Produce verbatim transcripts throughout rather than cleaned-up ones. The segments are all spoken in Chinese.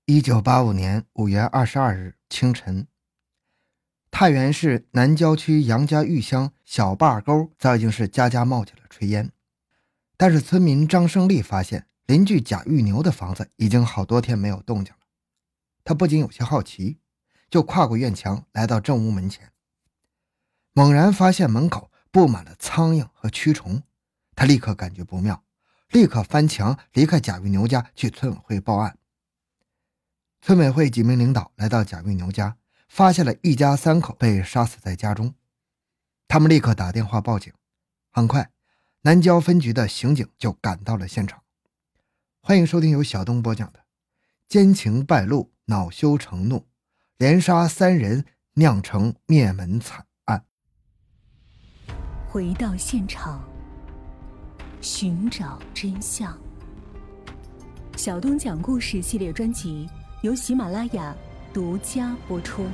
一九八五年五月二十二日清晨，太原市南郊区杨家峪乡小坝沟早已经是家家冒起了炊烟，但是村民张胜利发现邻居贾玉牛的房子已经好多天没有动静了。他不仅有些好奇，就跨过院墙来到正屋门前，猛然发现门口布满了苍蝇和蛆虫，他立刻感觉不妙，立刻翻墙离开贾玉牛家去村委会报案。村委会几名领导来到贾玉牛家，发现了一家三口被杀死在家中。他们立刻打电话报警，很快南郊分局的刑警就赶到了现场。欢迎收听由小东播讲的奸情败露，恼羞成怒，连杀三人酿成灭门惨案。 回到现场，寻找真相。小东讲故事系列专辑由喜马拉雅独家播出。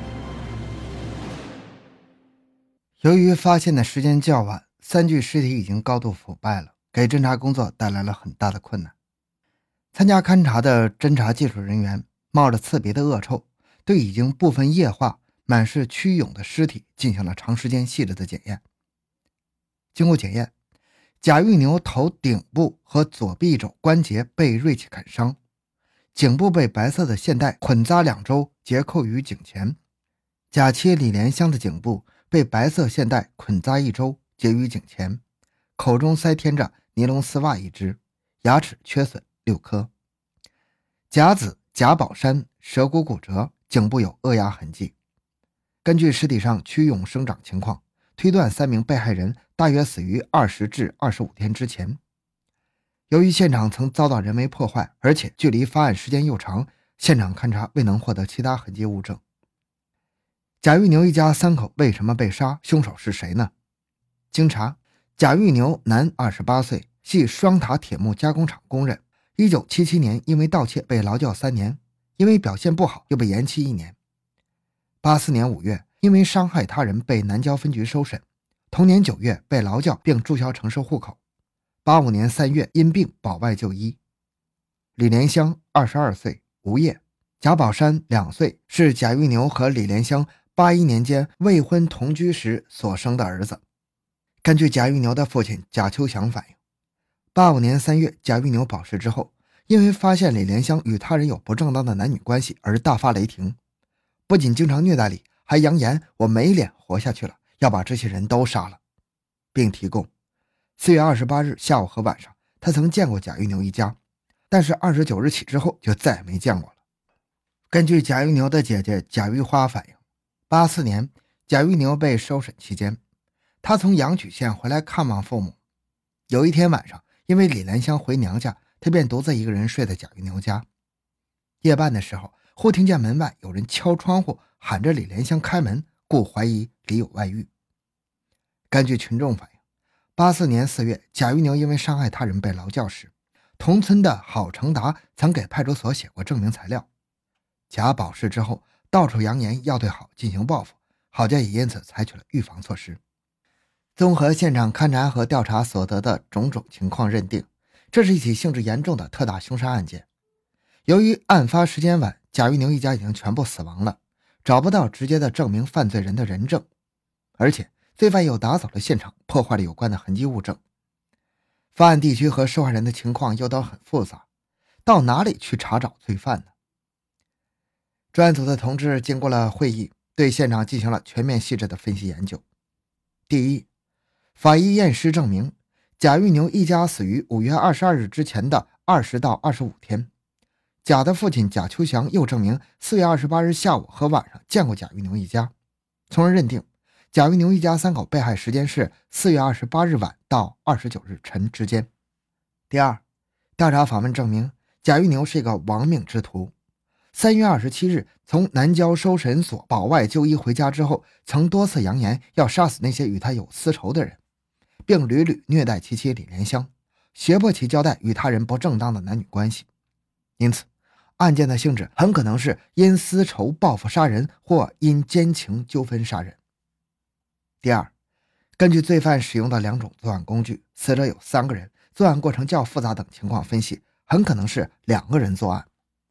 由于发现的时间较晚，三具尸体已经高度腐败了，给侦查工作带来了很大的困难。参加勘查的侦查技术人员冒着刺鼻的恶臭，对已经部分液化、满是蛆蛹的尸体进行了长时间细致的检验。经过检验，贾玉牛头顶部和左臂肘关节被锐器砍伤，颈部被白色的线带捆扎两周，结扣于颈前。贾妻李莲香的颈部被白色线带捆扎一周，结于颈前，口中塞添着尼龙丝袜一只，牙齿缺损六颗。贾子贾宝山舌骨骨折，颈部有扼压痕迹。根据尸体上蛆蛹生长情况，推断三名被害人大约死于二十至二十五天之前。由于现场曾遭到人为破坏，而且距离发案时间又长，现场勘查未能获得其他痕迹物证。贾玉牛一家三口为什么被杀？凶手是谁呢？经查，贾玉牛男二十八岁，系双塔铁木加工厂工人，一九七七年因为盗窃被劳教三年，因为表现不好又被延期一年。八四年五月因为伤害他人被南郊分局收审，同年九月被劳教并注销城市户口。八五年三月因病保外就医。李莲香二十二岁，无业。贾宝山两岁，是贾玉牛和李莲香八一年间未婚同居时所生的儿子。根据贾玉牛的父亲贾秋祥反映，八五年三月贾玉牛保释之后，因为发现李莲香与他人有不正当的男女关系而大发雷霆，不仅经常虐待李，还扬言我没脸活下去了，要把这些人都杀了，并提供四月二十八日下午和晚上他曾见过贾玉牛一家，但是二十九日起之后就再也没见过了。根据贾玉牛的姐姐贾玉花反映，八四年贾玉牛被收审期间，他从阳曲县回来看望父母。有一天晚上，因为李莲香回娘家，他便独自一个人睡在贾玉牛家。夜半的时候，忽听见门外有人敲窗户，喊着李莲香开门，故怀疑李有外遇。根据群众反映，八四年四月贾玉牛因为伤害他人被劳教时，同村的郝成达曾给派出所写过证明材料。贾保释之后，到处扬言要对郝进行报复，郝家也因此采取了预防措施。综合现场勘查和调查所得的种种情况认定，这是一起性质严重的特大凶杀案件。由于案发时间晚，贾玉牛一家已经全部死亡了，找不到直接的证明犯罪人的人证，而且罪犯又打扫了现场，破坏了有关的痕迹物证。发案地区和受害人的情况又都很复杂，到哪里去查找罪犯呢？专案组的同志经过了会议，对现场进行了全面细致的分析研究。第一，法医验尸证明贾玉牛一家死于五月二十二日之前的二十到二十五天。贾的父亲贾秋祥又证明四月二十八日下午和晚上见过贾玉牛一家，从而认定贾玉牛一家三口被害时间是四月二十八日晚到二十九日晨之间。第二，调查访问证明贾玉牛是一个亡命之徒。三月二十七日从南郊收审所保外就医回家之后，曾多次扬言要杀死那些与他有私仇的人，并屡屡虐待其妻李莲香，胁迫其交代与他人不正当的男女关系。因此案件的性质很可能是因私仇报复杀人，或因奸情纠纷杀人。第二，根据罪犯使用的两种作案工具，死者有三个人，作案过程较复杂等情况分析，很可能是两个人作案。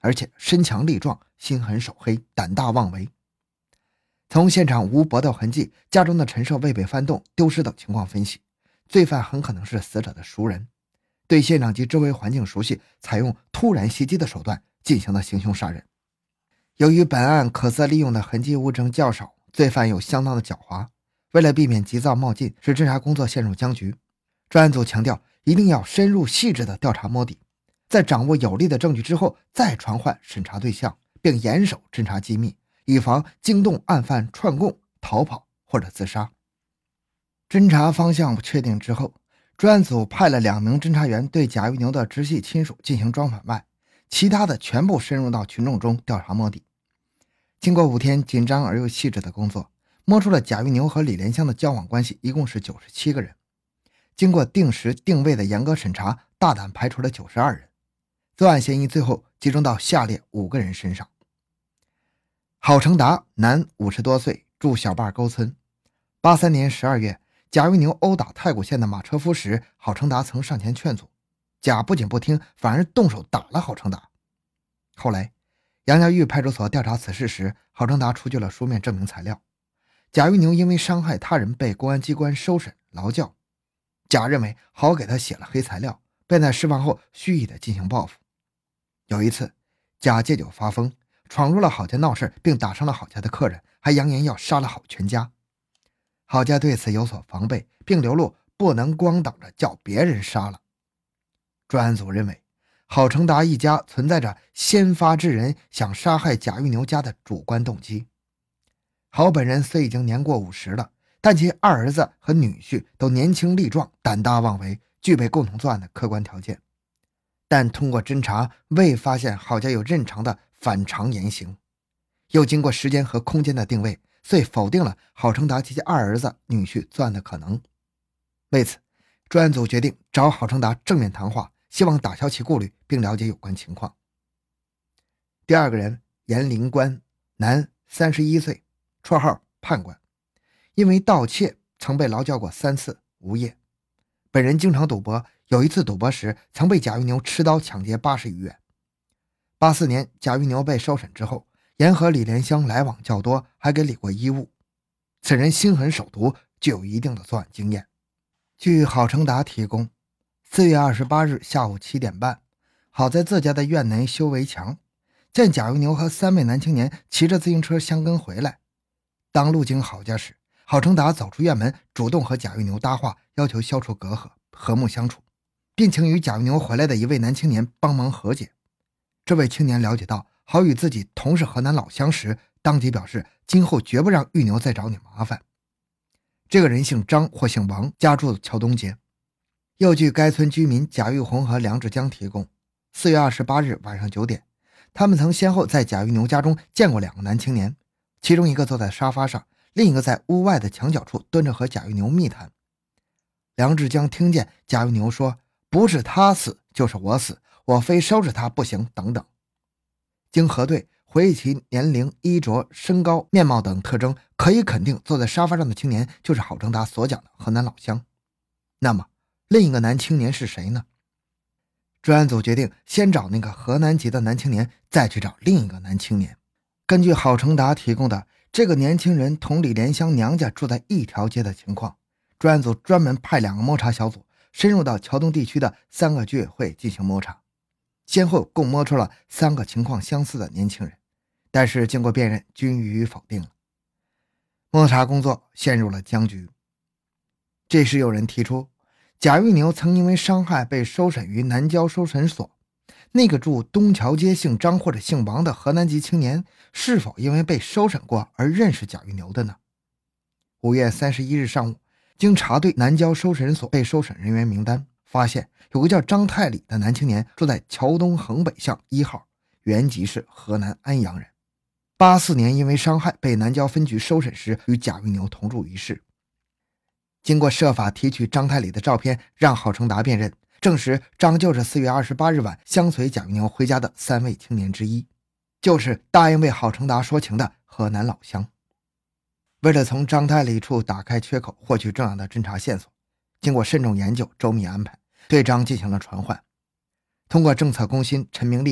而且身强力壮，心狠手黑，胆大妄为。从现场无搏斗痕迹、家中的陈设未被翻动、丢失等情况分析，罪犯很可能是死者的熟人，对现场及周围环境熟悉，采用突然袭击的手段进行了行凶杀人。由于本案可择利用的痕迹物证较少，罪犯有相当的狡猾，为了避免急躁冒进，使侦查工作陷入僵局，专案组强调一定要深入细致的调查摸底，在掌握有力的证据之后再传唤审查对象，并严守侦查机密，以防惊动案犯串供、逃跑或者自杀。侦查方向确定之后，专案组派了两名侦查员对贾玉牛的直系亲属进行装反外，其他的全部深入到群众中调查摸底。经过五天紧张而又细致的工作，摸出了贾玉牛和李莲香的交往关系一共是九十七个人。经过定时定位的严格审查，大胆排除了九十二人。作案嫌疑最后集中到下列五个人身上。郝成达，男，五十多岁，住小坝沟村。八三年十二月，贾玉牛殴打太谷县的马车夫时，郝成达曾上前劝阻，贾不仅不听，反而动手打了郝成达。后来杨家峪派出所调查此事时，郝成达出具了书面证明材料。贾玉牛因为伤害他人被公安机关收审劳教，贾认为郝给他写了黑材料，便在释放后蓄意的进行报复。有一次，贾借酒发疯，闯入了郝家闹事，并打伤了郝家的客人，还扬言要杀了郝全家。郝家对此有所防备，并流露不能光等着叫别人杀了。专案组认为郝成达一家存在着先发制人想杀害贾玉牛家的主观动机。郝本人虽已经年过五十了，但其二儿子和女婿都年轻力壮，胆大妄为，具备共同作案的客观条件。但通过侦查未发现郝家有任常的反常言行，又经过时间和空间的定位，遂否定了郝成达及其二儿子女婿作案的可能。为此，专案组决定找郝成达正面谈话，希望打消其顾虑，并了解有关情况。第二个人严灵官，男，三十一岁，绰号判官，因为盗窃曾被劳教过三次，无业。本人经常赌博，有一次赌博时曾被贾玉牛持刀抢劫八十余元。八四年贾玉牛被收审之后，严和李莲香来往较多，还给李过衣物。此人心狠手毒，具有一定的作案经验。据郝成达提供，四月二十八日下午七点半，郝在自家的院内修围墙，见贾玉牛和三位男青年骑着自行车相跟回来。当路经郝家时，郝成达走出院门，主动和贾玉牛搭话，要求消除隔阂，和睦相处，并请与贾玉牛回来的一位男青年帮忙和解。这位青年了解到郝与自己同是河南老乡时，当即表示今后绝不让玉牛再找你麻烦。这个人姓张或姓王，家住桥东街。又据该村居民贾玉红和梁志江提供，四月二十八日晚上九点，他们曾先后在贾玉牛家中见过两个男青年，其中一个坐在沙发上，另一个在屋外的墙角处蹲着和贾玉牛密谈。梁志江听见贾玉牛说不是他死就是我死，我非收拾他不行等等。经核对，回忆其年龄、衣着、身高、面貌等特征，可以肯定坐在沙发上的青年就是郝成达所讲的河南老乡。那么另一个男青年是谁呢？专案组决定先找那个河南籍的男青年，再去找另一个男青年。根据郝成达提供的这个年轻人同李莲香娘家住在一条街的情况，专案组专门派两个摸查小组深入到桥东地区的三个居委会进行摸查，先后共摸出了三个情况相似的年轻人，但是经过辨认均予以否定了。摸查工作陷入了僵局。这时有人提出，贾玉牛曾因为伤害被收审于南郊收审所，那个住东桥街姓张或者姓王的河南籍青年是否因为被收审过而认识贾玉牛的呢？五月三十一日上午，经查对南郊收审所被收审人员名单，发现有个叫张太礼的男青年住在桥东横北巷一号，原籍是河南安阳人。八四年因为伤害被南郊分局收审时与贾玉牛同住一室。经过设法提取张太礼的照片，让郝成达辨认，证实张就是四月二十八日晚相随贾玉牛回家的三位青年之一，就是答应为郝成达说情的河南老乡。为了从张太礼处打开缺口，获取重要的侦查线索，经过慎重研究、周密安排，对张进行了传唤。通过政策攻心、陈明利害，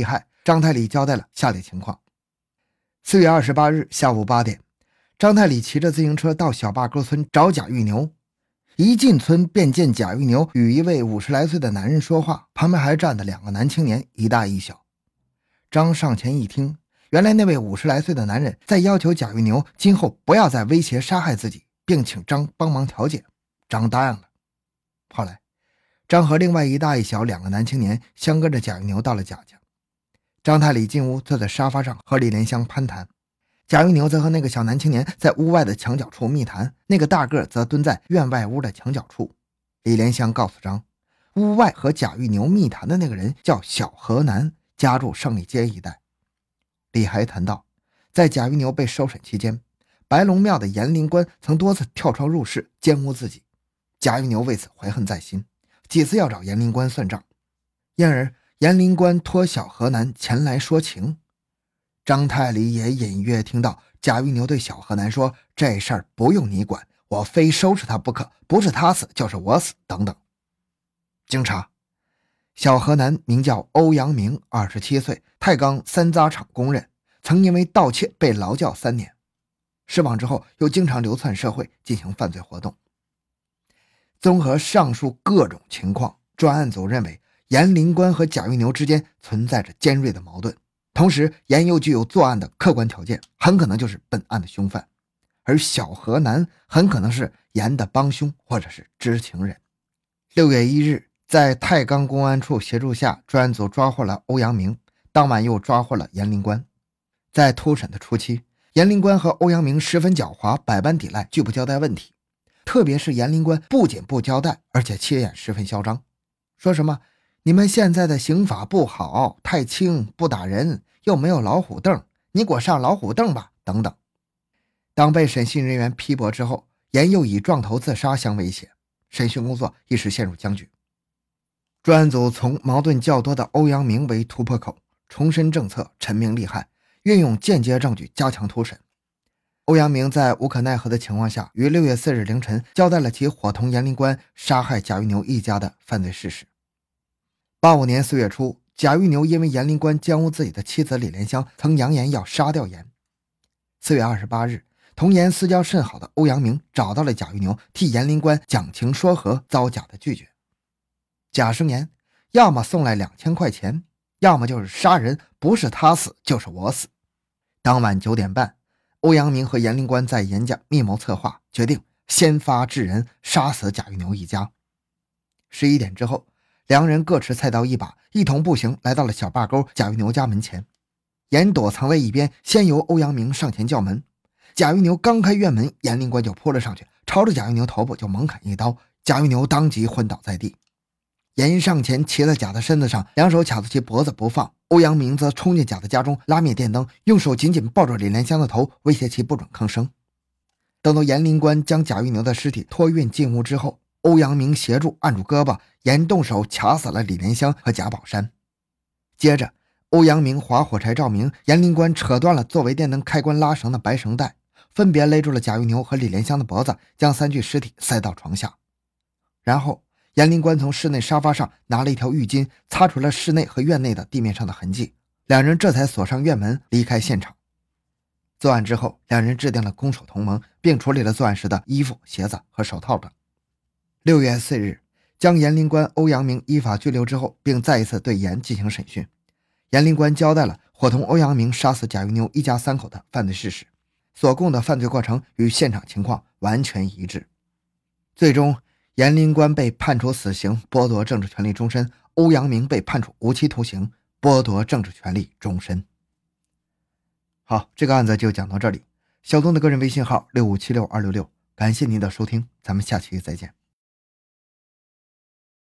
张太礼交代了下列情况。四月二十八日下午八点，张太礼骑着自行车到小坝沟村找贾玉牛，一进村便见贾玉牛与一位五十来岁的男人说话，旁边还站着两个男青年，一大一小。张上前一听，原来那位五十来岁的男人在要求贾玉牛今后不要再威胁杀害自己，并请张帮忙调解。张答应了。后来张和另外一大一小两个男青年相跟着贾玉牛到了贾家。张太礼进屋坐在沙发上和李莲香攀谈，贾玉牛则和那个小男青年在屋外的墙角处密谈，那个大个则蹲在院外屋的墙角处。李莲香告诉张，屋外和贾玉牛密谈的那个人叫小河南，家住胜利街一带。李还谈到，在贾玉牛被收审期间，白龙庙的严灵官曾多次跳窗入室奸污自己，贾玉牛为此怀恨在心，几次要找严灵官算账，因而严灵官托小河南前来说情。张太礼也隐约听到贾玉牛对小河南说，这事儿不用你管，我非收拾他不可，不是他死就是我死等等。经查，小河南名叫欧阳明，二十七岁，太钢三匝厂工人，曾因为盗窃被劳教三年，释放之后又经常流窜社会进行犯罪活动。综合上述各种情况，专案组认为严灵官和贾玉牛之间存在着尖锐的矛盾，同时严又具有作案的客观条件，很可能就是本案的凶犯，而小河南很可能是严的帮凶或者是知情人。六月一日，在太钢公安处协助下，专案组抓获了欧阳明，当晚又抓获了严灵官。在突审的初期，严灵官和欧阳明十分狡猾，百般抵赖，拒不交代问题。特别是严灵官不仅不交代，而且气焰十分嚣张，说什么你们现在的刑法不好，太轻，不打人，又没有老虎凳，你给我上老虎凳吧等等。当被审讯人员批驳之后，严又以撞头自杀相威胁，审讯工作一时陷入僵局。专案组从矛盾较多的欧阳明为突破口，重申政策，陈明利害，运用间接证据加强突审。欧阳明在无可奈何的情况下，于六月四日凌晨交代了其伙同严灵官杀害贾玉牛一家的犯罪事实。八五年四月初，贾玉牛因为严灵官奸污自己的妻子李莲香，曾扬言要杀掉严。四月二十八日，同严私交甚好的欧阳明找到了贾玉牛，替严灵官讲情说和，遭贾的拒绝。贾声言，要么送来两千块钱，要么就是杀人，不是他死就是我死。当晚九点半，欧阳明和严灵官在严家密谋策划，决定先发制人，杀死贾玉牛一家。十一点之后，两人各持菜刀一把，一同步行来到了小坝沟贾玉牛家门前。严躲藏在一边，先由欧阳明上前叫门。贾玉牛刚开院门，严灵官就扑了上去，朝着贾玉牛头部就猛砍一刀，贾玉牛当即昏倒在地。严上前骑在贾的身子上，两手卡住其脖子不放，欧阳明则冲进贾的家中，拉灭电灯，用手紧紧抱住李莲香的头，威胁其不准吭声。等到严灵官将贾玉牛的尸体托运进屋之后，欧阳明协助按住胳膊，严动手卡死了李莲香和贾宝山。接着欧阳明划火柴照明，严灵官扯断了作为电灯开关拉绳的白绳带，分别勒住了贾玉牛和李莲香的脖子，将三具尸体塞到床下。然后严灵官从室内沙发上拿了一条浴巾，擦除了室内和院内的地面上的痕迹，两人这才锁上院门离开现场。作案之后，两人制定了攻守同盟，并处理了作案时的衣服、鞋子和手套等。六月四日，将严灵官、欧阳明依法拘留之后，并再一次对严进行审讯。严灵官交代了伙同欧阳明杀死贾玉牛一家三口的犯罪事实，所供的犯罪过程与现场情况完全一致。最终严灵官被判处死刑，剥夺政治权利终身；欧阳明被判处无期徒刑，剥夺政治权利终身。好，这个案子就讲到这里。小东的个人微信号六五七六二六六，感谢您的收听，咱们下期再见。